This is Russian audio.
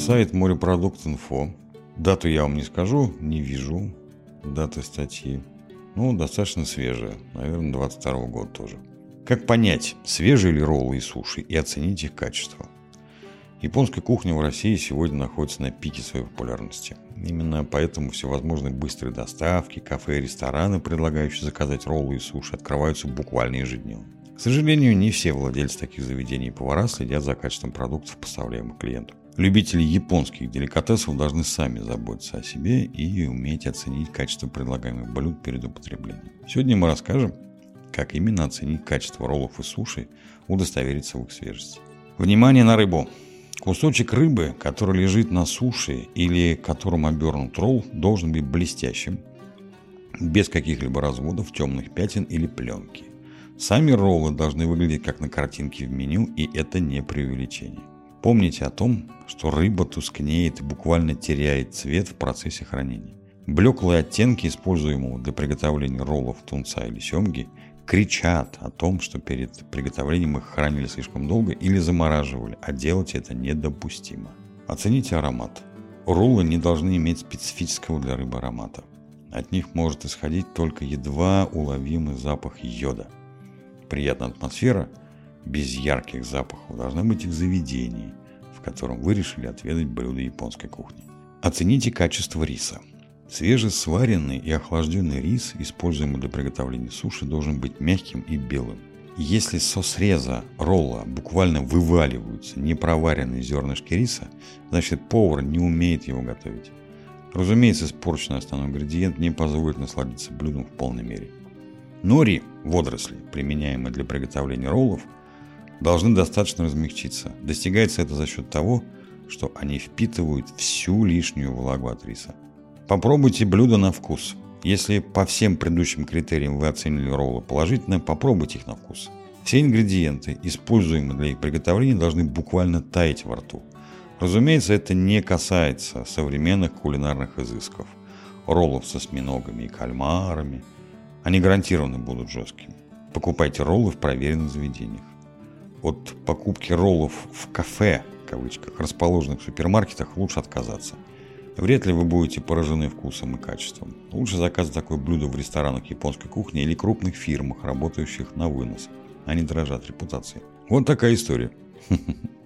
Сайт Морепродукт.Инфо. Дату я вам не скажу, не вижу даты статьи. Достаточно свежая, наверное, 22 года тоже. Как понять, свежие ли роллы и суши, и оценить их качество? Японская кухня в России сегодня находится на пике своей популярности. Именно поэтому всевозможные быстрые доставки, кафе и рестораны, предлагающие заказать роллы и суши, открываются буквально ежедневно. К сожалению, не все владельцы таких заведений и повара следят за качеством продуктов, поставляемых клиенту. Любители японских деликатесов должны сами заботиться о себе и уметь оценить качество предлагаемых блюд перед употреблением. Сегодня мы расскажем, как именно оценить качество роллов и суши, удостовериться в их свежести. Внимание на рыбу! Кусочек рыбы, который лежит на суше или которым обернут ролл, должен быть блестящим, без каких-либо разводов, темных пятен или пленки. Сами роллы должны выглядеть как на картинке в меню, и это не преувеличение. Помните о том, что рыба тускнеет и буквально теряет цвет в процессе хранения. Блеклые оттенки, используемого для приготовления роллов тунца или семги, кричат о том, что перед приготовлением их хранили слишком долго или замораживали, а делать это недопустимо. Оцените аромат. Роллы не должны иметь специфического для рыбы аромата. От них может исходить только едва уловимый запах йода. Приятная атмосфера, без ярких запахов, должна быть и в заведении, в котором вы решили отведать блюдо японской кухни. Оцените качество риса. Свежесваренный и охлажденный рис, используемый для приготовления суши, должен быть мягким и белым. Если со среза ролла буквально вываливаются непроваренные зернышки риса, значит повар не умеет его готовить. Разумеется, испорченный основной ингредиент не позволит насладиться блюдом в полной мере. Нори, водоросли, применяемые для приготовления роллов, должны достаточно размягчиться. Достигается это за счет того, что они впитывают всю лишнюю влагу от риса. Попробуйте блюдо на вкус. Если по всем предыдущим критериям вы оценили роллы положительно, попробуйте их на вкус. Все ингредиенты, используемые для их приготовления, должны буквально таять во рту. Разумеется, это не касается современных кулинарных изысков. Роллов со осьминогами и кальмарами. Они гарантированно будут жесткими. Покупайте роллы в проверенных заведениях. От покупки роллов в «кафе», в кавычках, расположенных в супермаркетах, лучше отказаться. Вряд ли вы будете поражены вкусом и качеством. Лучше заказывать такое блюдо в ресторанах японской кухни или крупных фирмах, работающих на вынос. Они дорожат репутацией. Вот такая история.